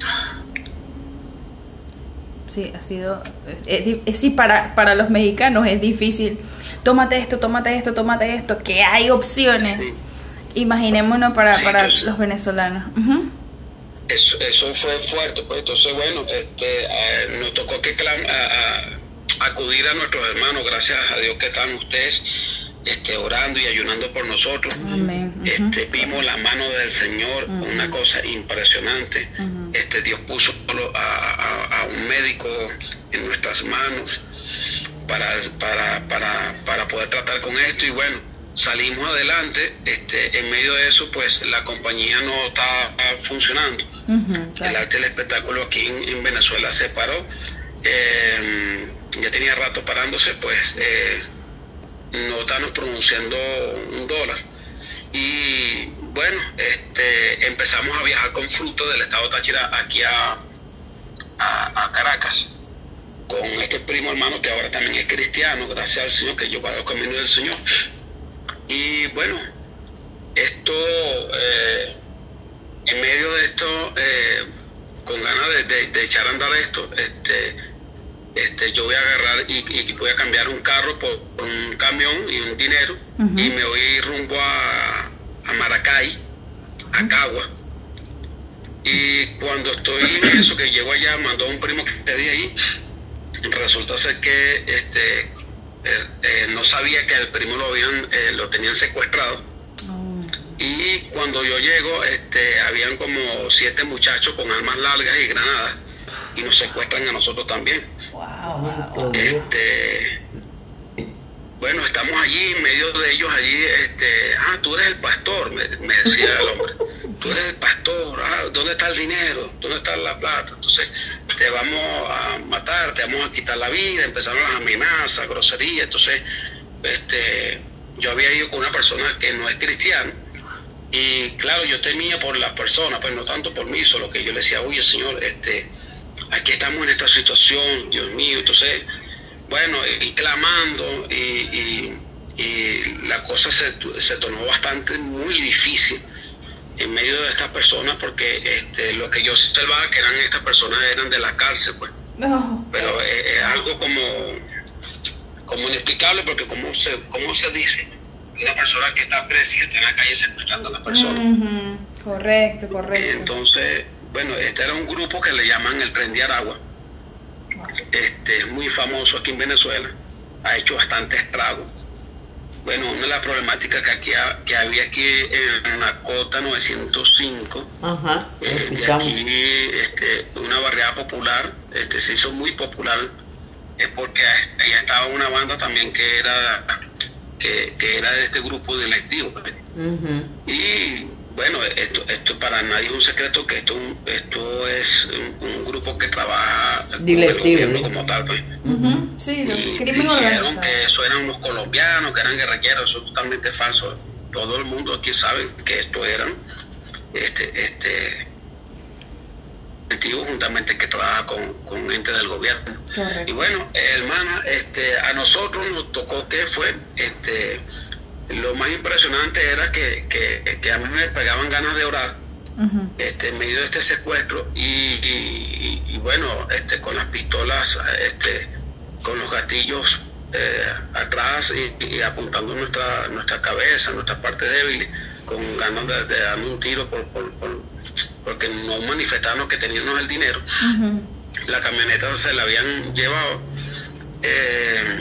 Sí, ha sido. Es, di- es- sí, para, para los mexicanos es difícil. Tómate esto, tómate esto, tómate esto, que hay opciones. sí, Imaginémonos para, Sí, para pues. los venezolanos. Ujú. eso, eso fue fuerte, pues. Entonces, bueno, este, eh, nos tocó que clam- a- a- acudir a nuestros hermanos, gracias a Dios que están ustedes este, orando y ayunando por nosotros. Amén. Ujú. Este, vimos la mano del Señor, una cosa impresionante. Ujú. Este, Dios puso a, a- a un médico en nuestras manos para, para, para, para poder tratar con esto, y bueno, salimos adelante. Este, en medio de eso, pues la compañía no está ah, funcionando. Ujú, El claro. arte del espectáculo aquí en, en Venezuela se paró. Eh, ya tenía rato parándose, pues eh, no estábamos pronunciando un dólar. Y bueno, este, empezamos a viajar con fruto del estado Táchira aquí a, a, a Caracas, con este primo hermano que ahora también es cristiano, gracias al Señor, que yo para los caminos del Señor. Y bueno, esto, eh, en medio de esto, eh, con ganas de, de, de echar a andar esto, este, este, yo voy a agarrar y, y voy a cambiar un carro por, por un camión y un dinero, Ujú. y me voy rumbo a, a Maracay, a Cagua. Y cuando estoy en eso, que llego allá, mandó un primo que pedí ahí, resulta ser que este, eh, eh, no sabía que el primo lo habían, eh, lo tenían secuestrado. Oh. Y cuando yo llego, este, habían como siete muchachos con armas largas y granadas, y nos secuestran a nosotros también. Wow, wow. Este, bueno, estamos allí, en medio de ellos allí, este, ah, tú eres el pastor, me, me decía el hombre, tú eres el pastor, ah, ¿dónde está el dinero? ¿Dónde está la plata? Entonces, te vamos a matar, te vamos a quitar la vida. Empezaron las amenazas, groserías. Entonces, este, yo había ido con una persona que no es cristiana, y claro, yo temía por las personas, pues no tanto por mí, solo que yo le decía, oye, Señor, este, aquí estamos en esta situación, Dios mío. Entonces, bueno, y clamando, y, y, y la cosa se, se tornó bastante, muy difícil en medio de estas personas, porque este, lo que yo observaba que eran estas personas eran de la cárcel, pues. No. Pero es, es algo como, como inexplicable, porque como se, como se dice, una persona que está presa está en la calle secuestrando a las personas. Uh-huh. Correcto, correcto. Entonces, bueno, este era un grupo que le llaman el Tren de Aragua. Este es muy famoso aquí en Venezuela, ha hecho bastante estrago. Bueno, una de las problemáticas que aquí ha, que había aquí en la Cota novecientos cinco, Ajá, eh, de aquí, este, una barriada popular, este, se hizo muy popular, es porque ahí estaba una banda también que era que, que era de este grupo delictivo. Uh-huh. Y bueno, esto, esto para nadie es un secreto que esto, esto es un, un grupo que trabaja con el gobierno como tal, pues. Uh-huh. Sí, los y crimen dijeron que eso eran unos colombianos, que eran guerrilleros. Eso es totalmente falso. Todo el mundo aquí sabe que esto eran este este juntamente que trabaja con, con gente del gobierno. Correcto. Y bueno, hermana, este a nosotros nos tocó que fue este lo más impresionante era que, que, que a mí me pegaban ganas de orar, uh-huh, este, en medio de este secuestro, y, y, y bueno, este, con las pistolas, este, con los gatillos eh, atrás y, y apuntando nuestra nuestra cabeza, nuestra parte débil, con ganas de, de darme un tiro por, por, por, porque no manifestaron que teníamos el dinero. Uh-huh. La camioneta se la habían llevado. Eh,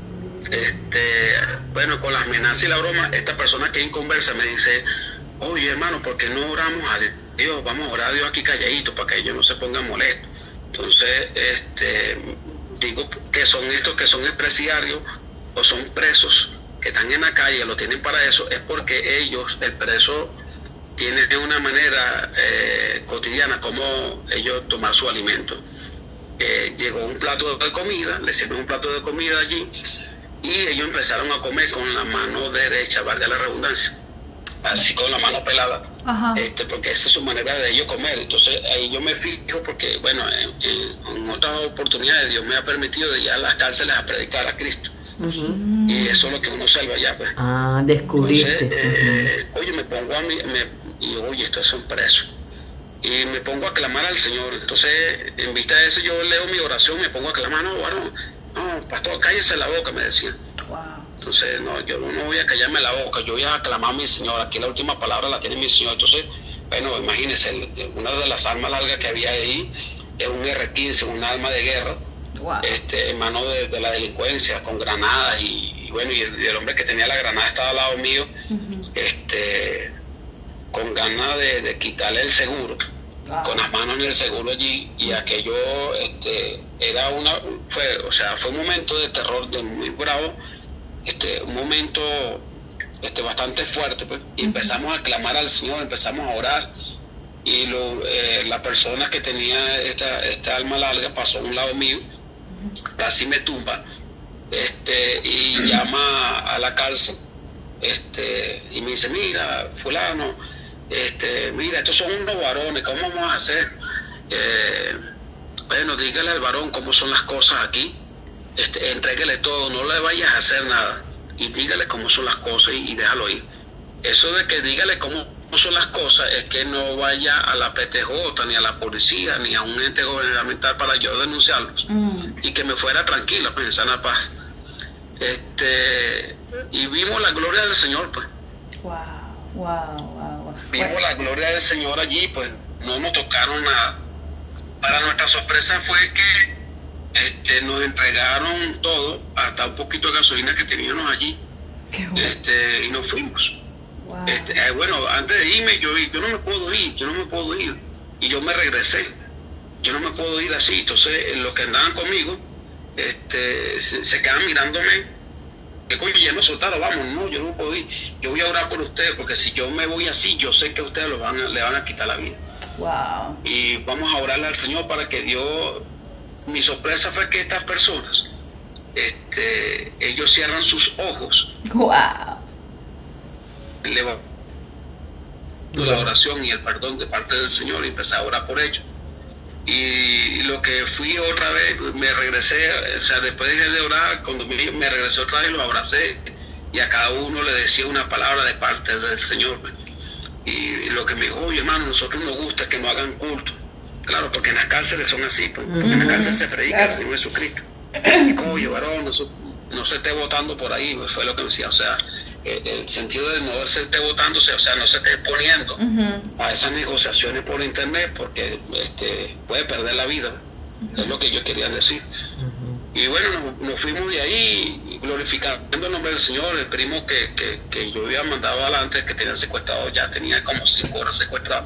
Este, bueno, con las amenazas y la broma, esta persona que en conversa me dice: oye, hermano, ¿por qué no oramos a Dios? Vamos a orar a Dios aquí calladito para que ellos no se pongan molestos. Entonces, este, digo que son estos que son empresarios o son presos que están en la calle, lo tienen para eso, es porque ellos, el preso, tiene de una manera eh, cotidiana como ellos tomar su alimento. Eh, llegó un plato de comida, le sirven un plato de comida allí, y ellos empezaron a comer con la mano derecha, valga la redundancia, así con la mano pelada. Ajá. Este, porque esa es su manera de ellos comer. Entonces ahí yo me fijo porque, bueno, en, en, en otras oportunidades Dios me ha permitido de ir a las cárceles a predicar a Cristo. Uh-huh. Y eso es lo que uno salva allá, pues. Ah, descubriste. Entonces, eh, uh-huh. oye, me pongo a mí, me, y oye, estos son presos. Y me pongo a clamar al Señor. Entonces, en vista de eso, yo leo mi oración, me pongo a clamar: no, varón, no, pastor, cállese la boca, me decía. Wow. Entonces, no, yo no voy a callarme la boca, yo voy a aclamar a mi Señor. Aquí la última palabra la tiene mi Señor. Entonces, bueno, imagínense, una de las armas largas que había ahí es un erre quince, un arma de guerra, wow, este, en mano de, de la delincuencia, con granadas, y, y bueno, y el, y el hombre que tenía la granada estaba al lado mío, uh-huh, este, con ganas de, de quitarle el seguro. Wow. Con las manos en el seguro allí, y aquello este, era una, fue, o sea, fue un momento de terror de muy bravo, este, un momento este, bastante fuerte, pues, y empezamos a clamar al Señor, empezamos a orar, y lo, eh, la persona que tenía esta, esta alma larga pasó a un lado mío, casi me tumba, este, y llama a la cárcel, este, y me dice: mira, fulano, Este, mira, estos son unos varones, ¿cómo vamos a hacer? Eh, bueno, dígale al varón cómo son las cosas aquí, este, entréguele todo, no le vayas a hacer nada, y dígale cómo son las cosas, y, y déjalo ir. Eso de que dígale cómo son las cosas es que no vaya a la P T J, ni a la policía, ni a un ente gubernamental para yo denunciarlos, mm, y que me fuera tranquilo, pues, en sana paz. Este, y vimos la gloria del Señor, pues. Wow, wow, wow. Vimos bueno. la gloria del Señor allí, pues no nos tocaron nada. Para nuestra sorpresa fue que este, nos entregaron todo, hasta un poquito de gasolina que teníamos allí. Qué bueno. Este, y nos fuimos. Wow. Este, eh, bueno, antes de irme, yo, yo no me puedo ir, yo no me puedo ir. Y yo me regresé. Yo no me puedo ir así. Entonces, los que andaban conmigo este, se, se quedaban mirándome. Que coño, ya no soltaron, vamos, no, yo no puedo ir. Yo voy a orar por ustedes, porque si yo me voy así, yo sé que ustedes lo van a, le van a quitar la vida. Wow. Y vamos a orarle al Señor para que Dios... Mi sorpresa fue que estas personas, este, ellos cierran sus ojos. Wow. Le va la oración y el perdón de parte del Señor, y empecé a orar por ellos. Y lo que fui otra vez, me regresé, o sea, después de orar, cuando me, me regresé otra vez, los abracé y a cada uno le decía una palabra de parte del Señor. Y lo que me dijo, oye hermano, a nosotros nos gusta que no hagan culto. Claro, porque en las cárceles son así, pues, porque uh-huh. en las cárceles se predica claro. el Señor Jesucristo. Y como, oye varón, no, no se esté votando por ahí, pues, fue lo que me decía, o sea, el, el sentido de no se esté votándose, o sea, no se esté exponiendo uh-huh. a esas negociaciones por internet, porque este puede perder la vida, uh-huh. es lo que ellos querían decir. Uh-huh. Y bueno, nos, nos fuimos de ahí, glorificando el nombre del Señor. El primo que, que, que yo había mandado adelante, que tenía secuestrado, ya tenía como cinco horas secuestrado,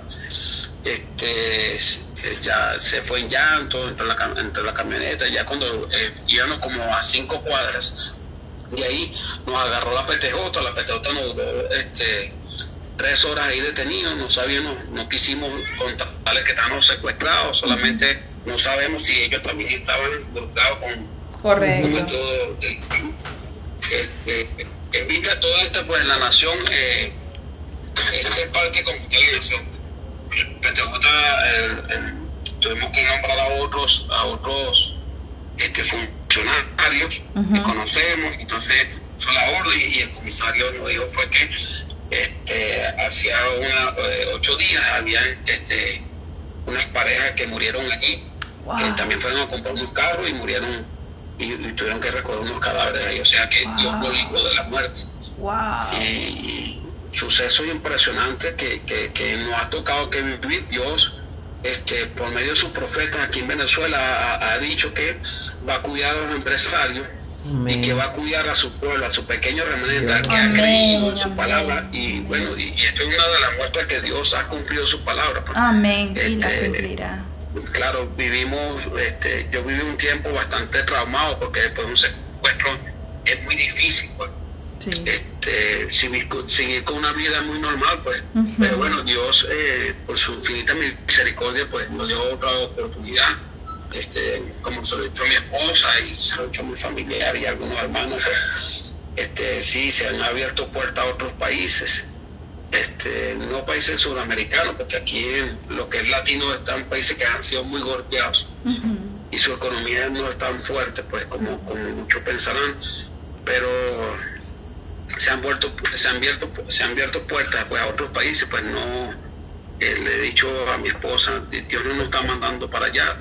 este ya se fue en llanto entre la, entre la camioneta. Ya cuando eh, íbamos como a cinco cuadras de ahí, nos agarró la P T J. La P T J nos duró este, tres horas ahí detenidos. No sabíamos, no quisimos contarles que estábamos secuestrados, solamente no sabemos si ellos también estaban involucrados con, Correcto. con todo de, este, en vista de todo esto, pues la nación eh, este parte como usted le dice, el P T J, el, el, tuvimos que nombrar a otros a otros este, funcionarios uh-huh. que conocemos. Entonces fue la orden y el comisario nos dijo fue que este, hacía una, eh, ocho días habían este, unas parejas que murieron allí, wow. que también fueron a comprar unos carros y murieron y, y tuvieron que recoger unos cadáveres ahí, o sea que wow. Dios lo libró de la muerte. Wow. Y, y sucesos impresionantes que, que, que nos ha tocado que vivir. Dios este, por medio de sus profetas aquí en Venezuela ha, ha dicho que va a cuidar a los empresarios. Amén. Y que va a cuidar a su pueblo, a su pequeño remanente, al que ha creído en su Amén. Palabra. Y Amén. Bueno, y, y esto es una de las muestras que Dios ha cumplido su palabra. Amén, este, y la cumplirá. Claro, vivimos, este, yo viví un tiempo bastante traumado porque después de un secuestro es muy difícil, pues. Sí. Este, seguir, seguir con una vida muy normal, pues. Uh-huh. Pero bueno, Dios, eh, por su infinita misericordia, pues nos dio otra oportunidad. Este, como se lo he dicho a mi esposa y se lo he dicho a mi familiar y a algunos hermanos, pues, este, sí, se han abierto puertas a otros países, este, no países sudamericanos, porque aquí en lo que es latino están países que han sido muy golpeados uh-huh. y su economía no es tan fuerte, pues, como, como muchos pensarán, pero se han vuelto, se han abierto, se han abierto puertas, pues, a otros países. Pues no, eh, le he dicho a mi esposa, Dios no nos está mandando para allá.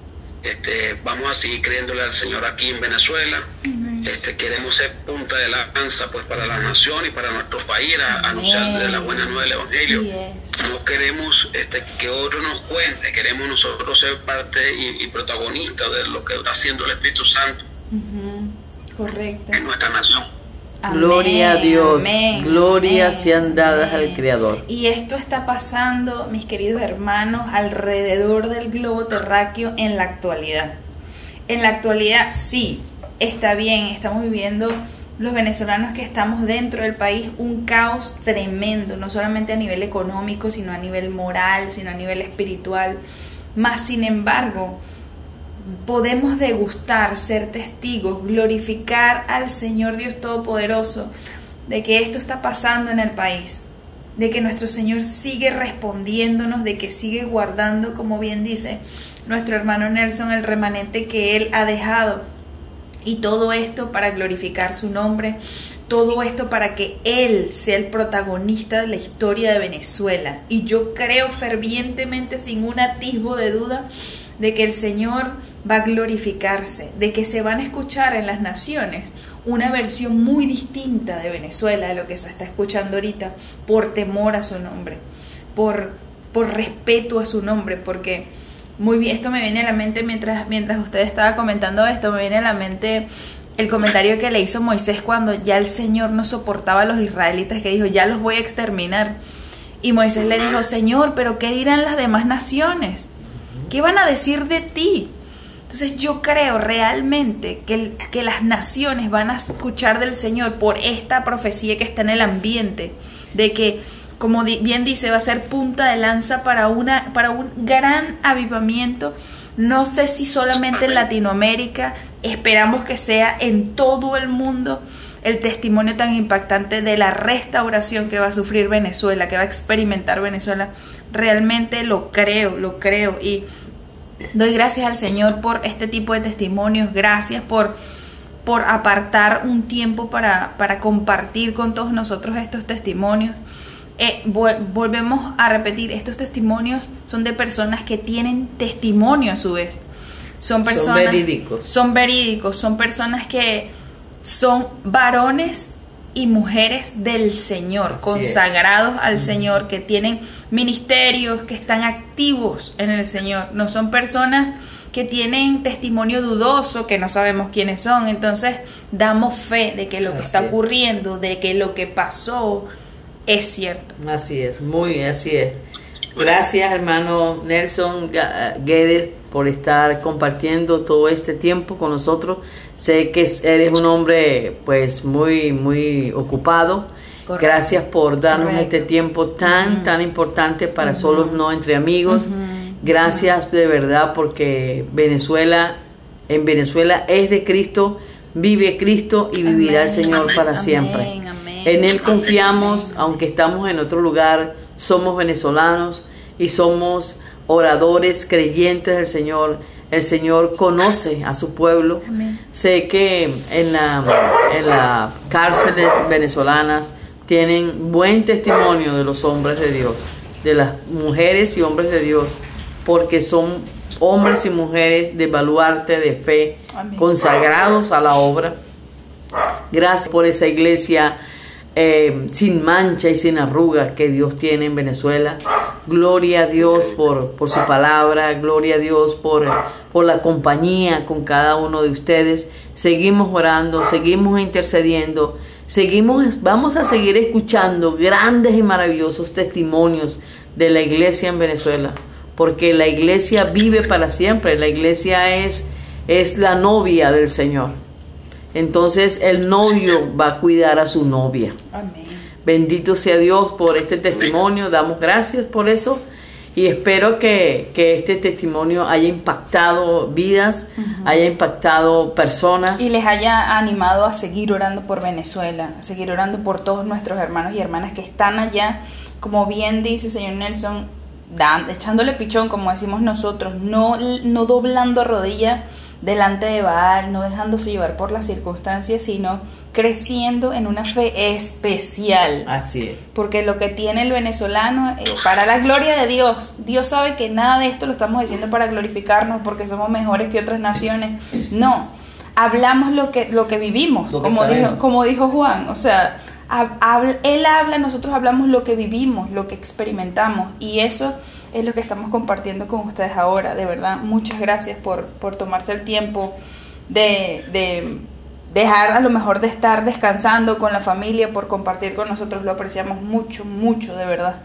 Este, vamos a seguir creyéndole al Señor aquí en Venezuela. Uh-huh. Este, queremos ser punta de lanza, pues, para la nación y para nuestro país, a, anunciar de la buena nueva del Evangelio. Sí, no queremos este, que otro nos cuente, queremos nosotros ser parte y, y protagonistas de lo que está haciendo el Espíritu Santo. Uh-huh. Correcto. En nuestra nación. Amén, gloria a Dios, amén, gloria amén, sean dadas amén. Al Creador. Y esto está pasando, mis queridos hermanos, alrededor del globo terráqueo en la actualidad. En la actualidad sí, está bien, estamos viviendo los venezolanos que estamos dentro del país un caos tremendo, no solamente a nivel económico, sino a nivel moral, sino a nivel espiritual. Más sin embargo, podemos degustar, ser testigos, glorificar al Señor Dios Todopoderoso de que esto está pasando en el país, de que nuestro Señor sigue respondiéndonos, de que sigue guardando, como bien dice nuestro hermano Nelson, el remanente que Él ha dejado. Y todo esto para glorificar su nombre, todo esto para que Él sea el protagonista de la historia de Venezuela. Y yo creo fervientemente, sin un atisbo de duda, de que el Señor va a glorificarse, de que se van a escuchar en las naciones una versión muy distinta de Venezuela de lo que se está escuchando ahorita, por temor a su nombre, por, por respeto a su nombre, porque muy bien, esto me viene a la mente mientras, mientras usted estaba comentando esto, me viene a la mente el comentario que le hizo Moisés cuando ya el Señor no soportaba a los israelitas, que dijo, ya los voy a exterminar, y Moisés le dijo, Señor, pero ¿qué dirán las demás naciones? ¿Qué van a decir de ti? Entonces yo creo realmente que, que las naciones van a escuchar del Señor por esta profecía que está en el ambiente, de que, como bien dice, va a ser punta de lanza para, una, para un gran avivamiento. No sé si solamente en Latinoamérica, esperamos que sea en todo el mundo el testimonio tan impactante de la restauración que va a sufrir Venezuela, que va a experimentar Venezuela. Realmente lo creo, lo creo y Doy gracias al Señor por este tipo de testimonios. Gracias por, por apartar un tiempo para, para compartir con todos nosotros estos testimonios. Eh, volvemos a repetir, estos testimonios son de personas que tienen testimonio a su vez. Son personas, son verídicos. Son verídicos, son personas que son varones y mujeres del Señor, Así consagrados es. al Mm. Señor, que tienen ministerios, que están activos en el Señor. No son personas que tienen testimonio dudoso, que no sabemos quiénes son. Entonces damos fe de que lo que Así está es. ocurriendo, de que lo que pasó es cierto. Así es, muy así es. Gracias, hermano Nelson Guedes, por estar compartiendo todo este tiempo con nosotros. Sé que eres un hombre pues muy muy ocupado. Correcto. Gracias por darnos Correcto. este tiempo tan Uh-huh. tan importante para Uh-huh. solos no entre amigos. Uh-huh. Gracias de verdad, porque Venezuela, en Venezuela es de Cristo, vive Cristo y vivirá el Amén. Señor para Amén, siempre. amén. En Él confiamos, Amén. aunque estamos en otro lugar, somos venezolanos y somos oradores, creyentes del Señor. El Señor conoce a su pueblo. Amén. Sé que en la, en las cárceles venezolanas tienen buen testimonio de los hombres de Dios, de las mujeres y hombres de Dios, porque son hombres y mujeres de baluarte, de fe, Amén. consagrados a la obra. Gracias por esa iglesia eh, sin mancha y sin arruga que Dios tiene en Venezuela. Gloria a Dios por, por su palabra, gloria a Dios por, por la compañía con cada uno de ustedes. Seguimos orando, seguimos intercediendo, seguimos, vamos a seguir escuchando grandes y maravillosos testimonios de la iglesia en Venezuela, porque la iglesia vive para siempre. La iglesia es, es la novia del Señor. Entonces el novio va a cuidar a su novia. Amén. Bendito sea Dios por este testimonio, damos gracias por eso y espero que, que este testimonio haya impactado vidas, uh-huh. haya impactado personas. Y les haya animado a seguir orando por Venezuela, a seguir orando por todos nuestros hermanos y hermanas que están allá, como bien dice el señor Nelson, dan, echándole pichón, como decimos nosotros, no, no doblando rodilla delante de Baal, no dejándose llevar por las circunstancias, sino creciendo en una fe especial. Así es. Porque lo que tiene el venezolano, eh, para la gloria de Dios, Dios sabe que nada de esto lo estamos diciendo para glorificarnos porque somos mejores que otras naciones. No, hablamos lo que, lo que vivimos, Lo que como, sabemos. dijo, como dijo Juan. O sea, hab, hab, él habla, nosotros hablamos lo que vivimos, lo que experimentamos. Y eso es lo que estamos compartiendo con ustedes ahora. De verdad, muchas gracias por, por tomarse el tiempo de, de dejar a lo mejor de estar descansando con la familia, por compartir con nosotros. Lo apreciamos mucho, mucho, de verdad.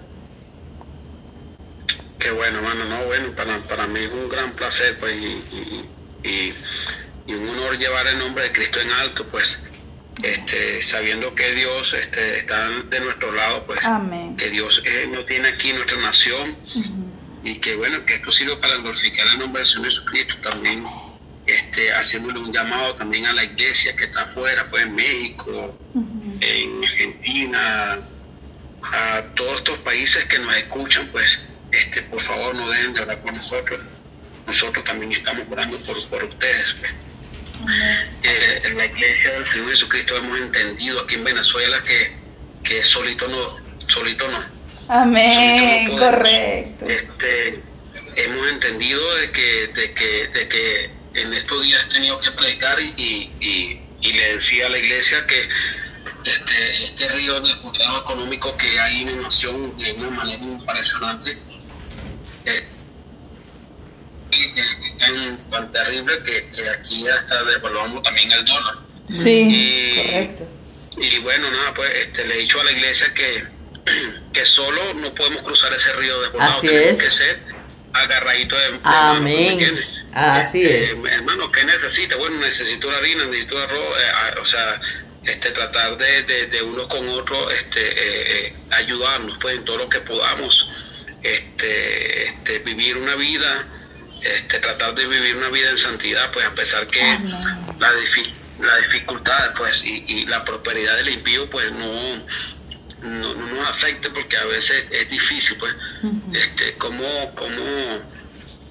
Qué bueno, hermano, no, bueno, para, para mí es un gran placer, pues, y, y, y, y un honor llevar el nombre de Cristo en alto, pues, este, sabiendo que Dios este, está de nuestro lado, pues, Amén. que Dios eh, nos tiene aquí en nuestra nación, uh-huh. y que, bueno, que esto sirve para glorificar el nombre del Señor Jesucristo, también este, haciéndole un llamado también a la iglesia que está afuera, pues, en México, uh-huh. en Argentina, a todos estos países que nos escuchan, pues, este, por favor, no dejen de orar por nosotros. Nosotros también estamos orando por, por ustedes, pues. Eh, en la iglesia del Señor Jesucristo hemos entendido aquí en Venezuela que, que solito no, solito no. Amén, solito no podemos. Correcto. Este, hemos entendido de que, de que, de que en estos días he tenido que predicar y, y, y le decía a la iglesia que este, este río de cuidado económico que hay en la nación de una manera impresionante, eh, tan, tan terrible que, que aquí hasta devaluamos también el dólar. Sí, y, correcto. Y bueno, nada, pues este, le he dicho a la iglesia que, que solo no podemos cruzar ese río desbordado, tenemos que ser agarraditos de, de Amén. Mano, Así este, es. Hermano, ¿qué necesita? Bueno, necesito una harina, necesito arroz, eh, o sea, este, tratar de, de, de unos con otros este, eh, eh, ayudarnos, pues, en todo lo que podamos, este, este, vivir una vida, este, tratar de vivir una vida en santidad, pues, a pesar que la, difi la dificultad, pues, y, y la prosperidad del impío, pues, no, no, no nos afecte, porque a veces es difícil, pues, uh-huh. este, cómo, cómo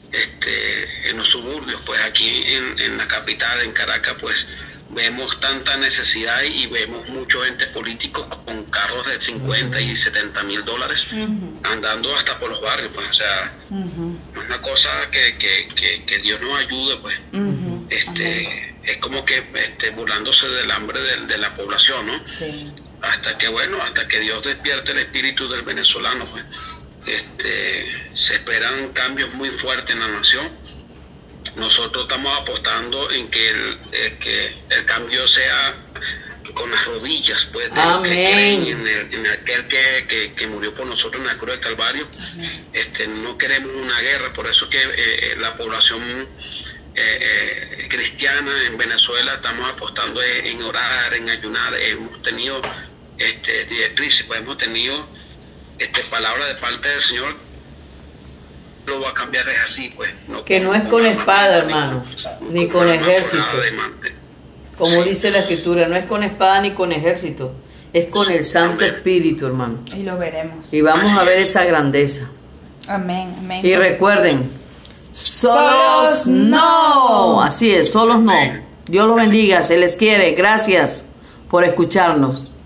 este, en los suburbios. Pues aquí en, en la capital, en Caracas, pues vemos tanta necesidad y vemos muchos entes políticos con carros de cincuenta y setenta mil dólares uh-huh. andando hasta por los barrios, pues, o sea, uh-huh. una cosa que, que, que, que Dios nos ayude, pues, uh-huh. este, uh-huh. es como que este, burlándose del hambre de, de la población, ¿no? Sí. Hasta que, bueno, hasta que Dios despierte el espíritu del venezolano, pues, este, se esperan cambios muy fuertes en la nación. Nosotros estamos apostando en que el, eh, que el cambio sea con las rodillas, pues, de los que creen en, el, en aquel que, que, que murió por nosotros en la cruz del Calvario. Este, no queremos una guerra, por eso que eh, la población eh, eh, cristiana en Venezuela estamos apostando en, en orar, en ayunar. Hemos tenido este, directrices, pues, hemos tenido este, palabras de parte del Señor. Lo va a cambiar, es así, pues. No, que no es con espada, hermano, ni con ejército. Como dice la Escritura, no es con espada ni con ejército, es con el Santo Espíritu, hermano. Y lo veremos. Y vamos a ver esa grandeza. Amén, amén. Y recuerden, solos no. Así es, solos no. Dios los bendiga, se les quiere. Gracias por escucharnos.